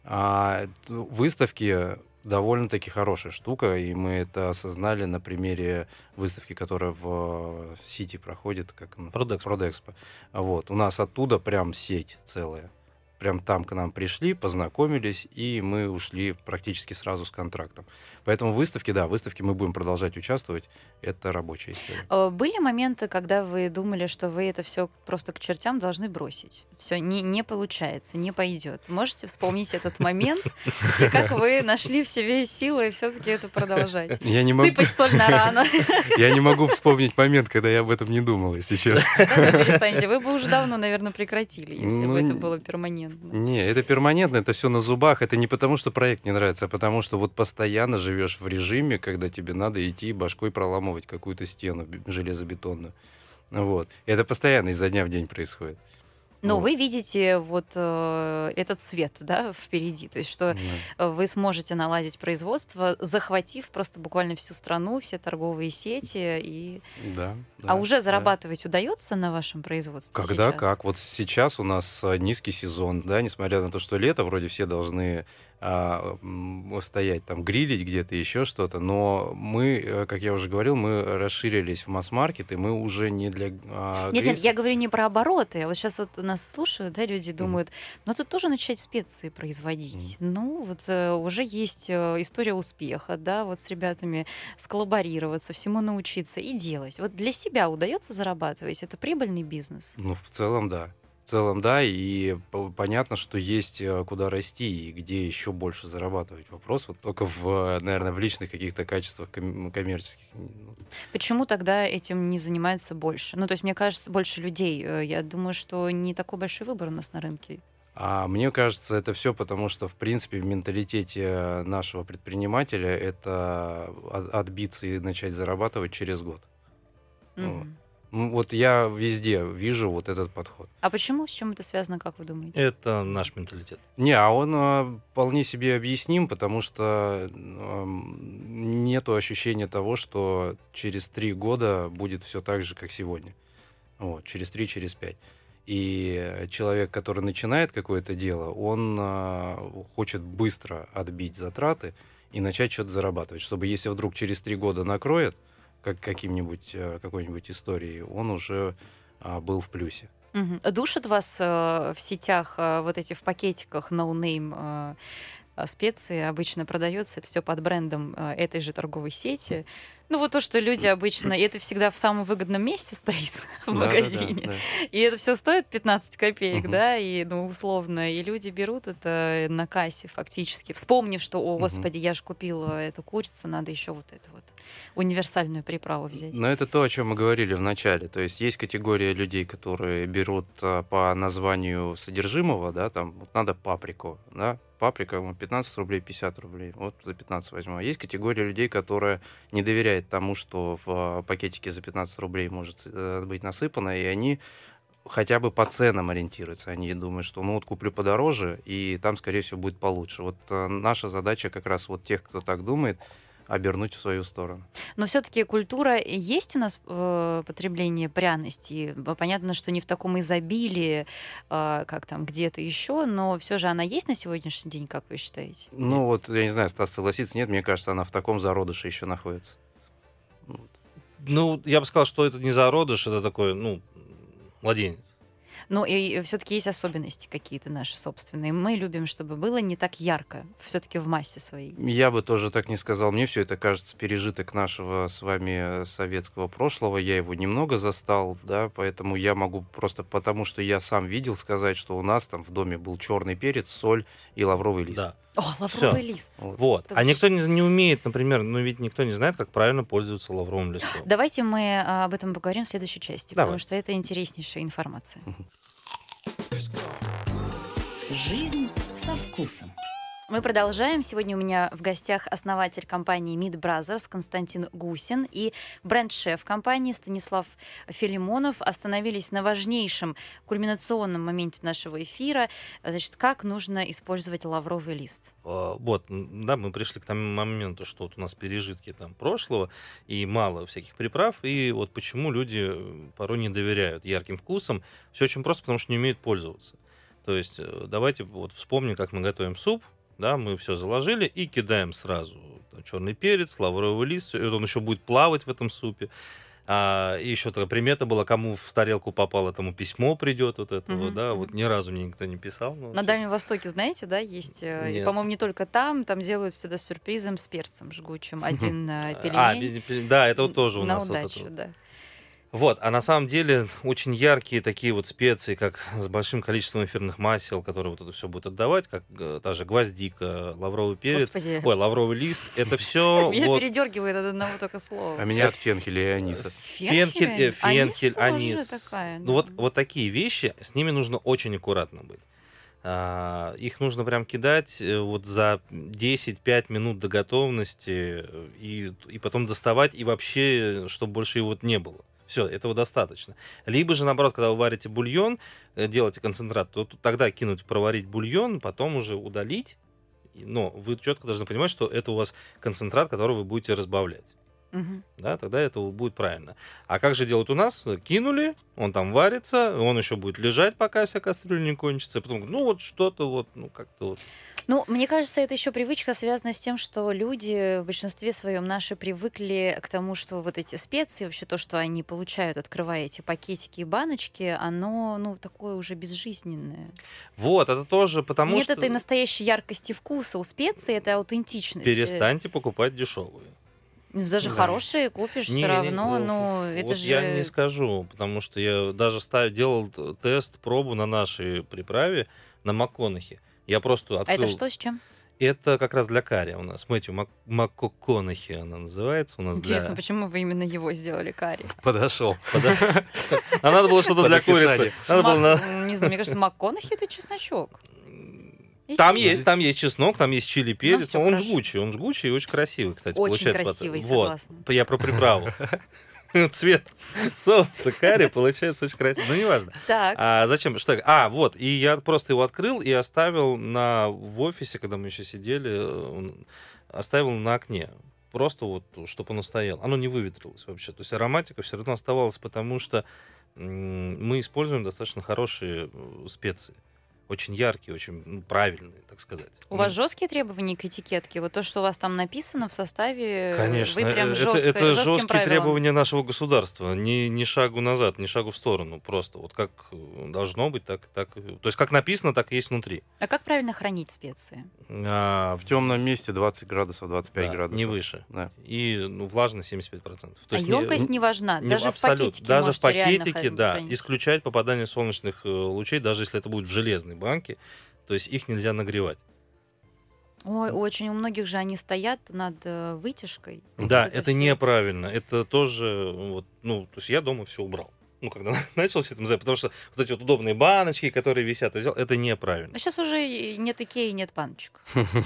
А т- выставки довольно-таки хорошая штука, и мы это осознали на примере выставки, которая в Сити проходит, как она? Продэкспо. Продэкспо. Вот. У нас оттуда прям сеть целая. Прям там к нам пришли, познакомились, и мы ушли практически сразу с контрактом. Поэтому выставки, да, выставки мы будем продолжать участвовать. Это рабочая история. Э, Были моменты, когда вы думали, что вы это все просто к чертям должны бросить? Все не, не получается, не пойдет. Можете вспомнить этот момент и как вы нашли в себе силы все-таки это продолжать? Я не могу, Сыпать соль на рану. я не могу вспомнить момент, когда я об этом не думал, если честно. Да, ну, перестаньте. Вы бы уже давно, наверное, прекратили, если Ну, бы это н- было перманентно. Не, это перманентно, это все на зубах. Это не потому, что проект не нравится, а потому что вот постоянно живешь в режиме, когда тебе надо идти башкой проламывать какую-то стену б- железобетонную. Вот. И это постоянно изо дня в день происходит. Но Вот. вы видите вот э, этот свет, да, впереди, то есть что Да. э, вы сможете наладить производство, захватив просто буквально всю страну, все торговые сети, и... Да, а да, уже да. зарабатывать удается на вашем производстве Когда сейчас? как? Вот сейчас у нас а, низкий сезон, да, несмотря на то, что лето, вроде все должны а, м, стоять там, грилить где-то, еще что-то, но мы, э, как я уже говорил, мы расширились в масс-маркет, и мы уже не для а, Нет, нет, грильцев. я говорю не про обороты. Вот сейчас вот нас слушают, да, люди думают, ну тут тоже начать специи производить. Ну вот э, уже есть э, история успеха, да, вот с ребятами сколлаборироваться, всему научиться и делать. Вот для себя удается зарабатывать? Это прибыльный бизнес? Ну, в целом, да. В целом, да, и п- понятно, что есть э, куда расти и где еще больше зарабатывать. Вопрос вот только в, наверное, в личных каких-то качествах ком- коммерческих. Ну, Почему тогда этим не занимается больше? Ну, то есть, мне кажется, больше людей. Э, Я думаю, что не такой большой выбор у нас на рынке. А мне кажется, это все потому, что, в принципе, в менталитете нашего предпринимателя это от- отбиться и начать зарабатывать через год. Мгм. Ну, вот я везде вижу вот этот подход. А почему? С чем это связано, как вы думаете? Это наш менталитет. Не, а он а, вполне себе объясним, потому что а, нету ощущения того, что через три года будет все так же, как сегодня. Вот, через три, через пять. И человек, который начинает какое-то дело, он а, хочет быстро отбить затраты и начать что-то зарабатывать, чтобы если вдруг через три года накроет, как каким-нибудь, какой-нибудь историей, он уже а, был в плюсе. Мгм. Душат вас э, в сетях э, вот эти в пакетиках no-name э, а, специи обычно продается, это все под брендом э, этой же торговой сети. Ну вот то, что люди обычно, и это всегда в самом выгодном месте стоит в Да, да, да, магазине, да. и это все стоит пятнадцать копеек, Мгм. да, и ну условно, и люди берут это на кассе фактически, вспомнив, что, о Мгм. господи, я же купила эту курицу, надо еще вот эту вот универсальную приправу взять. Но это то, о чем мы говорили в начале. То есть есть категория людей, которые берут а, по названию содержимого, да, там вот надо паприку, да, паприка ну, пятнадцать рублей, пятьдесят рублей, вот за пятнадцать возьму. А есть категория людей, которая не доверяет тому, что в а, пакетике за пятнадцать рублей может э, быть насыпано, и они хотя бы по ценам ориентируются. Они думают, что ну вот куплю подороже, и там, скорее всего, будет получше. Вот э, наша задача как раз вот тех, кто так думает, обернуть в свою сторону. Но все-таки культура есть у нас э, потребление пряностей. Б- Понятно, что не в таком изобилии, э, как там где-то еще, но все же она есть на сегодняшний день, как вы считаете? Ну вот, я не знаю, Стас согласится, нет, мне кажется, она в таком зародыше еще находится. Вот. Ну, я бы сказал, что это не зародыш, это такой, ну, младенец. Ну и все-таки есть особенности какие-то наши собственные. Мы любим, чтобы было не так ярко, все-таки в массе своей. Я бы тоже так не сказал. Мне все это кажется пережиток нашего с вами советского прошлого. Я его немного застал, да, поэтому я могу просто потому, что я сам видел, сказать, что у нас там в доме был черный перец, соль и лавровый лист. Да. О, лавровый Всё. лист. Вот. Вот. Это А вообще- никто не, не умеет, например, ну ведь никто не знает, как правильно пользоваться лавровым листом. Давайте мы а, об этом поговорим в следующей части, потому Давай. что это интереснейшая информация. Жизнь со вкусом. Мы продолжаем. Сегодня у меня в гостях основатель компании Mead Brothers Константин Гусин и бренд-шеф компании Станислав Филимонов остановились на важнейшем кульминационном моменте нашего эфира. Значит, как нужно использовать лавровый лист? А, Вот, м, да, мы пришли к тому моменту, что вот у нас пережитки там прошлого и мало всяких приправ, и вот почему люди э, порой не доверяют ярким вкусам. Все очень просто, потому что не умеют пользоваться. То есть э, давайте вот вспомним, как мы готовим суп. Да, мы все заложили и кидаем сразу черный перец, лавровый лист, и он еще будет плавать в этом супе. А, и еще такая примета была, кому в тарелку попало, тому письмо придет вот этого, Мгм, да, мгм. вот ни разу мне никто не писал. но На всё. Дальнем Востоке, знаете, да, есть, э, Нет. по-моему, не только там, там делают всегда с сюрпризом, с перцем жгучим. Один э, А, пельмень без- пе- да, это вот тоже у на нас вот это удачу, вот. да. Вот, а на самом деле очень яркие такие вот специи, как с большим количеством эфирных масел, которые вот это все будут отдавать, как э, та же гвоздика, лавровый перец, Господи, ой, лавровый лист, это все меня вот передергивает от одного только слова. А меня от фенхеля и аниса. фенхель, э, фенхель, анис, анис. тоже такая, Ну да. вот, вот такие вещи, с ними нужно очень аккуратно быть. А, их нужно прям кидать э, вот за десять-пять минут до готовности э, и, и потом доставать, и вообще, э, чтобы больше его вот не было. Все, этого достаточно. Либо же, наоборот, когда вы варите бульон, э, делаете концентрат, то тут тогда кинуть, проварить бульон, потом уже удалить. И- Но вы четко должны понимать, что это у вас концентрат, который вы будете разбавлять. Мгм. Да, тогда это будет правильно. А как же делают у нас? Кинули, он там варится, он еще будет лежать, пока вся кастрюля не кончится. И потом, ну вот что-то вот, ну как-то вот. Ну, мне кажется, это еще привычка связана с тем, что люди в большинстве своем наши привыкли к тому, что вот эти специи, вообще то, что они получают, открывая эти пакетики и баночки, оно, ну, такое уже безжизненное. Вот, это тоже потому Нет что этой настоящей яркости вкуса у специй, это аутентичность. перестаньте покупать дешевые. Ну, даже Да. хорошие купишь Не, все не, равно, ну, но это вот же... я не скажу, потому что я даже ставил, делал т- тест, пробу на нашей приправе, на МакКонахи. Я просто А открыл. это что с чем? Это как раз для карри у нас. Мэтью Мак- МакКонахи она называется у нас. Интересно, для... почему вы именно его сделали, карри? Подошел. А надо было что-то Под для описание. курицы. Надо было на- Мак- Не знаю, мне кажется, МакКонахи — это чесночок. Там Видите? есть, там есть чеснок, там есть чили перец. всё он хорошо. жгучий, он жгучий и очень красивый, кстати, Очень получается. красивый, Вот. согласна. Я про приправу. цвет соуса карри получается очень красиво. Ну, неважно. Так. А зачем? Что? А, вот. И я просто его открыл и оставил на... в офисе, когда мы еще сидели, он- оставил на окне. Просто вот, чтобы оно стояло. Оно не выветрилось вообще. То есть ароматика все равно оставалась, потому что м, мы используем достаточно хорошие э, специи. Очень яркие, очень ну, правильные, так сказать. У вас жесткие требования к этикетке? Вот то, что у вас там написано в составе, Конечно, вы прям э, жестко, это, это жестким жесткие правилам. требования нашего государства. Ни, ни шагу назад, ни шагу в сторону. Просто вот как должно быть, так, так. То есть как написано, так и есть внутри. А как правильно хранить специи? А, В темном месте двадцать градусов, двадцать пять да, градусов. не выше. Да. И ну, влажность семьдесят пять процентов. То А есть не- емкость не важна, не- даже в абсолютно. пакетике Даже в можете реально пакетике, хранить- да, хранить. исключать попадание солнечных э, лучей, даже если это будет в железной банке. То есть их нельзя нагревать. Ой, очень у многих же они стоят над э, вытяжкой. Да, Вот это всё. неправильно. Это тоже, вот, ну, то есть я дома все убрал. Ну, когда начал с этим заниматься, потому что вот эти вот удобные баночки, которые висят, я взял, это неправильно. А сейчас уже и нет Икеи, нет баночек.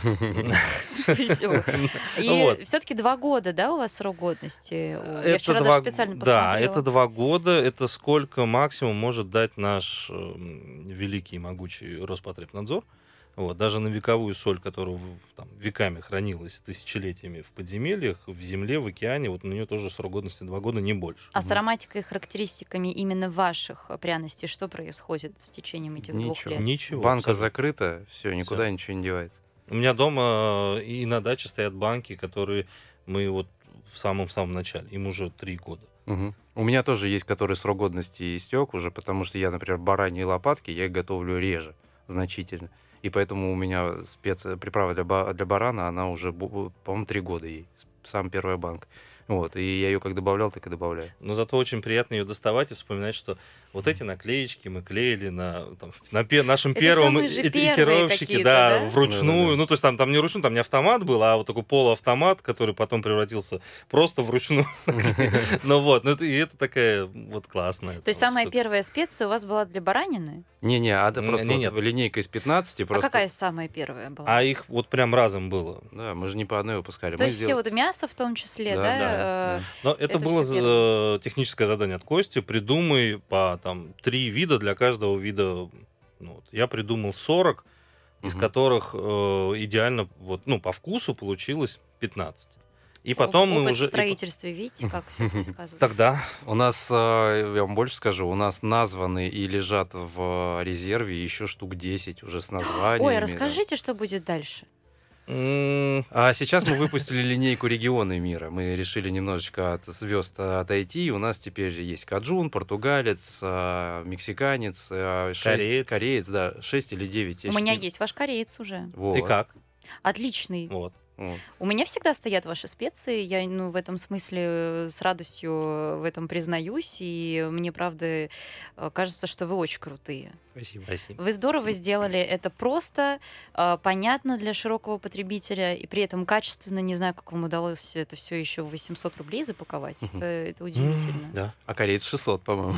Всё. И Вот. все-таки два года, да, у вас срок годности? У- Я Это вчера два даже специально г- посмотрела. Да, это два года. Это сколько максимум может дать наш эм, великий и могучий Роспотребнадзор. Вот, даже на вековую соль, которая в- там, веками хранилась тысячелетиями в подземельях, в земле, в океане, вот на нее тоже срок годности два года, не больше. А с ароматикой и характеристиками именно ваших э, пряностей что происходит с течением этих двух Ничего. лет? Ничего. Банка абсолютно. закрыта, все, никуда ничего не девается. У меня дома э, и на даче стоят банки, которые мы вот в самом-самом начале, им уже три года. Мгм. У меня тоже есть, который срок годности истек уже, потому что я, например, бараньи лопатки, я их готовлю реже, значительно. И поэтому у меня специя, приправа для, ба- для барана, она уже, бу- по-моему, три года ей. Сам первая банка. Вот. И я ее как добавлял, так и добавляю. Но зато очень приятно ее доставать и вспоминать, что вот эти наклеечки мы клеили на, там, на пе- нашем Это первом самые же первые этикировщике, какие-то, да, да? вручную. Да-да-да. Ну, то есть там, там не вручную, там не автомат был, а вот такой полуавтомат, который потом превратился просто вручную. Ну вот, ну это- и это такая вот классная. То есть там самая штука. первая специя у вас была для баранины? Не-не, а это Не, просто не, вот нет. линейка из пятнадцати. А Просто... какая самая первая была? А их вот прям разом было. Да, мы же не по одной выпускали. То Мы есть все сделали- вот мясо в том числе, Да, да? да, э, да. Но это, Это было всё за- первое. э, техническое задание от Кости. Придумай по там три вида для каждого вида. Ну, вот. Я придумал сорок, из Мгм. которых э, идеально вот, ну, по вкусу получилось пятнадцать. И потом оп- мы опыт уже... в строительстве, видите, как все-таки сказывается? Тогда У нас, э, я вам больше скажу, у нас названы и лежат в резерве еще штук десять уже с названиями. Ой, а да. расскажите, что будет дальше. м, А сейчас мы выпустили линейку «Регионы мира». Мы решили немножечко от звезд отойти. И у нас теперь есть каджун, португалец, а, мексиканец, а, шесть- Кореец. кореец, да, шесть или девять. У меня есть ваш кореец уже. и как? Отличный. Вот. Вот. У меня всегда стоят ваши специи. Я, ну, в этом смысле э, с радостью в этом признаюсь. И мне, правда, э, кажется, что вы очень крутые. Спасибо. Спасибо. Вы здорово сделали это просто, э, понятно для широкого потребителя, и при этом качественно. Не знаю, как вам удалось это все еще в восемьсот рублей запаковать. Мгм. Это, это удивительно. Да. А кореец шестьсот, по-моему.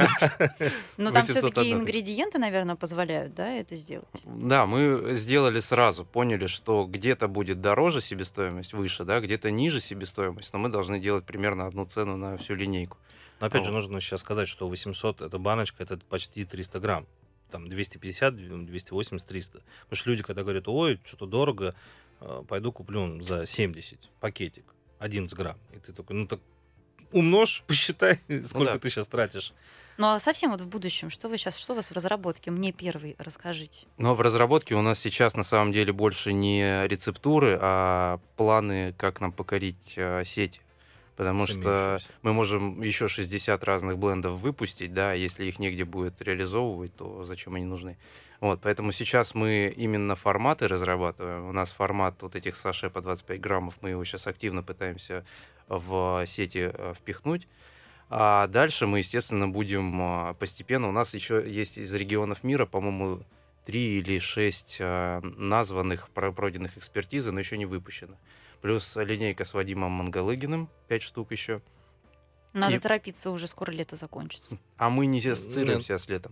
Но там восемьсот все-таки одна. ингредиенты, наверное, позволяют, да, это сделать. Да, мы сделали сразу, поняли, что где-то будет дороже себестоимость, выше, да, где-то ниже себестоимость, но мы должны делать примерно одну цену на всю линейку. Но опять же, Вот. нужно сейчас сказать, что восемьсот это баночка, это почти триста грамм. Там двести пятьдесят, двести восемьдесят, триста. Потому что люди, когда говорят, ой, что-то дорого, э, пойду куплю за семьдесят пакетик, одиннадцать грамм. И ты такой, ну так умножь, посчитай, сколько да. ты сейчас тратишь. Ну а совсем вот в будущем, что вы сейчас, что у вас в разработке? Мне первый расскажите. Но в разработке у нас сейчас на самом деле больше не рецептуры, а планы, как нам покорить э, сети. Потому С что имеющимися. мы можем еще шестьдесят разных блендов выпустить, да, если их негде будет реализовывать, то зачем они нужны? Вот, поэтому сейчас мы именно форматы разрабатываем. У нас формат вот этих саше по двадцать пять граммов, мы его сейчас активно пытаемся в сети э, впихнуть. А дальше мы, естественно, будем а, постепенно... У нас еще есть из регионов мира, по-моему, три или шесть а, названных, про- пройденных экспертизы, но еще не выпущено. Плюс линейка с Вадимом Мангалыгиным, пять штук еще. Надо И- торопиться, уже скоро лето закончится. А мы не ассоциируем Нет. себя с летом.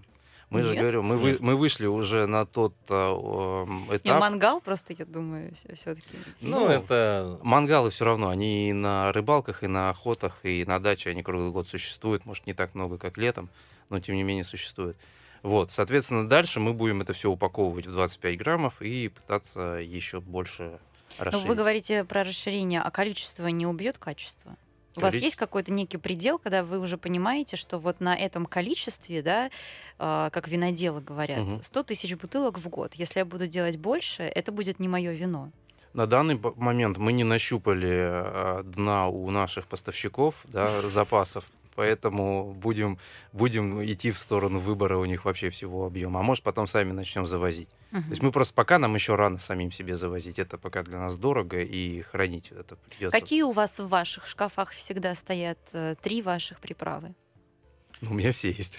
Мы же Нет? говорю, мы, вы, мы вышли уже на тот а, э, этап. Я мангал просто, я думаю, все-таки. Ну, Ну, это... Мангалы все равно, они и на рыбалках, и на охотах, и на даче, они круглый год существуют. Может, не так много, как летом, но тем не менее существуют. Вот, соответственно, дальше мы будем это все упаковывать в двадцать пять граммов и пытаться еще больше Но расширить. вы говорите про расширение, а количество не убьет качество? У вас Коли- есть какой-то некий предел, когда вы уже понимаете, что вот на этом количестве, да, э, как виноделы говорят, Мгм. сто тысяч бутылок в год. Если я буду делать больше, это будет не мое вино. На данный б- момент мы не нащупали а, дна у наших поставщиков, да, запасов, поэтому будем, будем идти в сторону выбора у них вообще всего объема. А может, потом сами начнем завозить. Мгм. То есть мы просто пока нам еще рано самим себе завозить. Это пока для нас дорого, и хранить это придется. Какие у вас в ваших шкафах всегда стоят э, три ваших приправы? У меня все есть.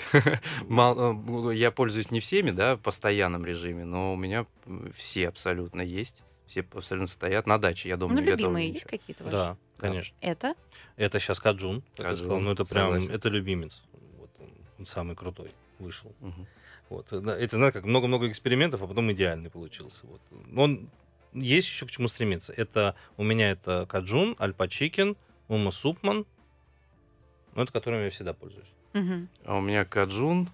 Мал- э, Я пользуюсь не всеми, да, в постоянном режиме, но у меня м, все абсолютно есть. Все абсолютно стоят. На даче я дома Ну, не готовлю любимые есть ничего. какие-то ваши? Да, конечно. Это? Это сейчас каджун. как я Каджун, сказал. Ну, это прям, согласен. это любимец. Вот он, он самый крутой вышел. Мгм. Вот. Да, это, знаешь, как много-много экспериментов, а потом идеальный получился. Вот. Он есть еще к чему стремиться. Это у меня это каджун, альпа чикен, ума супман. Ну, это которым я всегда пользуюсь. Мгм. А у меня каджун,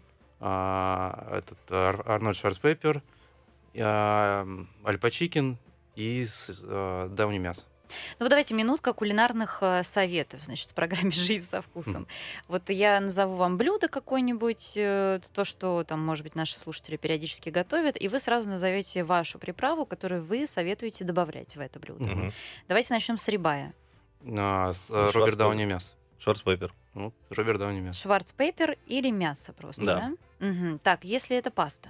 а, этот Ар- Арнольд Шварцпеппер, а, Альпа Чикен и с- а, Дауни мясо. Ну, вот давайте минутка кулинарных э, советов, значит, в программе «Жизнь со вкусом». Вот я назову вам блюдо какое-нибудь, э, то, что там, может быть, наши слушатели периодически готовят, и вы сразу назовете вашу приправу, которую вы советуете добавлять в это блюдо. Мгм. Мгм. Давайте начнем с рибая. А, с- а, Шварцпеппер. Роберт Дауни мясо. Шварцпеппер. Ну, Роберт Дауни мясо. Шварцпеппер или мясо просто, да? Да. Мгм. Так, если это паста.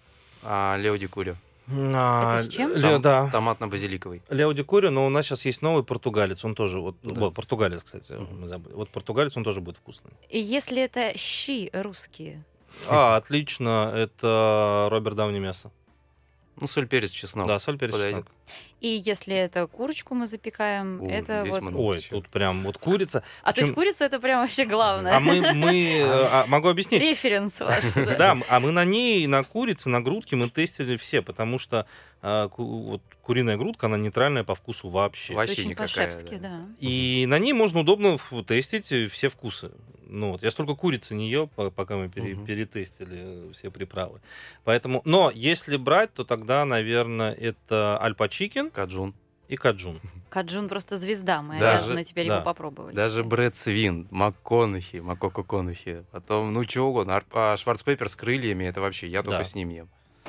А, Лео Ди Курио. Это с чем? Лео, Том- да. Томатно-базиликовый. Лео Ди Курио, но у нас сейчас есть новый португалец, он тоже, вот, Да. вот, португалец, кстати, Мгм. мы забыли. Вот португалец, он тоже будет вкусный. И если это щи русские. А, отлично, это Роберт Дауни мясо. Ну, соль, перец, чеснок. Да, соль, перец, подойдет. чеснок. И если это курочку мы запекаем, О, это здесь вот... много. Ой, Всё. тут прям вот курица. А то есть Причём- курица это прям вообще главное. А мы, мы э, а, могу объяснить. Референс ваш. да. Да, м- а мы на ней, на курице, на грудке мы тестили все, потому что а, ку- вот куриная грудка, она нейтральная по вкусу вообще. Вообще Очень никакая, по-шефски, да. да. И на ней можно удобно ф- тестить э, все вкусы. Ну, вот. Я столько курицы не ел, по- пока мы пере- Мгм. перетестили все приправы. Поэтому, но если брать, то тогда, наверное, это альпа чикен Каджун. и каджун. Каджун просто звезда, мы Даже- обязаны теперь да. его попробовать. Даже Брэд Свин, МакКонахи, Макоко Конахи. Потом, ну, чего угодно. Ар- А Шварцпеппер с крыльями, это вообще, я только Да. с ним ем.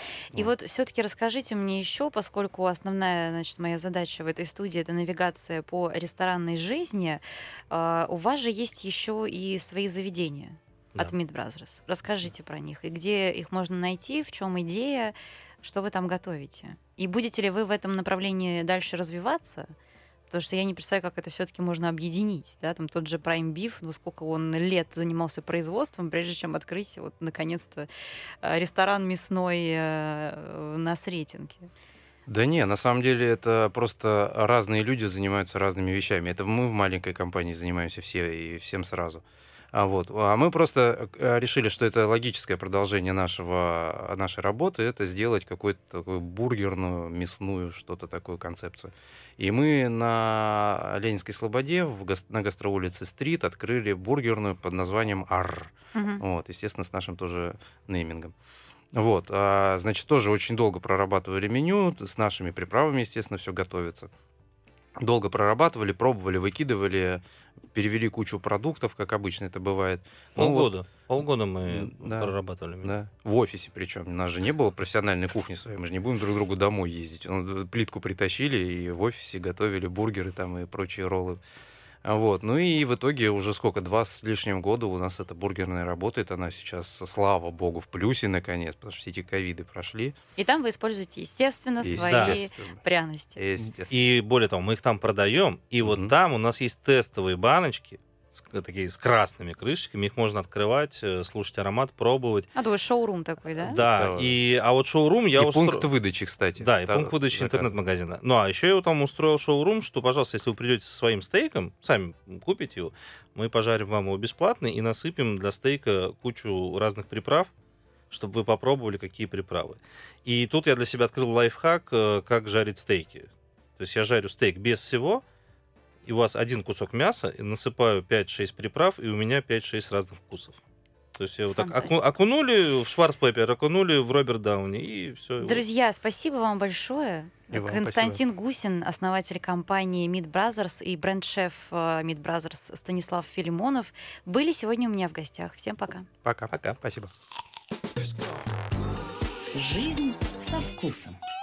И вот все-таки расскажите мне еще, поскольку основная, значит, моя задача в этой студии это навигация по ресторанной жизни, а, у вас же есть еще и свои заведения Да. от Meat Brothers. Расскажите про них и где их можно найти, в чем идея, что вы там готовите, и будете ли вы в этом направлении дальше развиваться? Потому что я не представляю, как это все-таки можно объединить, да, там тот же Prime Beef, ну сколько он лет занимался производством, прежде чем открыть вот наконец-то э, ресторан мясной э, на Сретенке. Да не, на самом деле это просто разные люди занимаются разными вещами. Это мы в маленькой компании занимаемся все и всем сразу. А, вот. а мы просто э, решили, что это логическое продолжение нашего, нашей работы, это сделать какую-то такую бургерную, мясную, что-то такую концепцию. И мы на Ленинской Слободе, в гас- на гастроулице Стрит, открыли бургерную под названием «Арр». Мгм. Вот, естественно, с нашим тоже неймингом. Вот, а, значит, тоже очень долго прорабатывали меню, с нашими приправами, естественно, все готовится. Долго прорабатывали, пробовали, выкидывали, перевели кучу продуктов, как обычно это бывает. Ну вот, Полгода. Полгода мы М, да. прорабатывали. меню. да, в офисе причем. У нас же не было профессиональной кухни своей, мы же не будем друг к другу домой ездить. Ну, плитку притащили и в офисе готовили бургеры там и прочие роллы. А Вот. Ну и в итоге уже сколько, два с лишним года у нас эта бургерная работает. Она сейчас, слава богу, в плюсе наконец, потому что все эти ковиды прошли. И там вы используете, естественно, свои Естественно. пряности. Естественно. И более того, мы их там продаем, и вот Мгм. там у нас есть тестовые баночки, с- такие с красными крышечками, их можно открывать, э, слушать аромат, пробовать. А то есть шоурум такой, да? Да, Да. и, а вот шоурум я И устро- пункт выдачи, кстати. Да, и Там пункт выдачи заказывать. интернет-магазина. Ну, а еще я там устроил шоурум, что, пожалуйста, если вы придете со своим стейком, сами купите его, мы пожарим вам его бесплатно и насыпем для стейка кучу разных приправ. чтобы вы попробовали, какие приправы. И тут я для себя открыл лайфхак, э, как жарить стейки. То есть я жарю стейк без всего, и у вас один кусок мяса, и насыпаю пять-шесть приправ, и у меня пять-шесть разных вкусов. То есть вот так оку- окунули в Шварцпеппер, окунули в Роберт Дауни, и все. Друзья, спасибо вам большое. И вам Константин спасибо. Гусин, основатель компании Meat Brothers, и бренд-шеф э, Meat Brothers Станислав Филимонов были сегодня у меня в гостях. Всем пока. Пока. Пока. Спасибо. Жизнь со вкусом.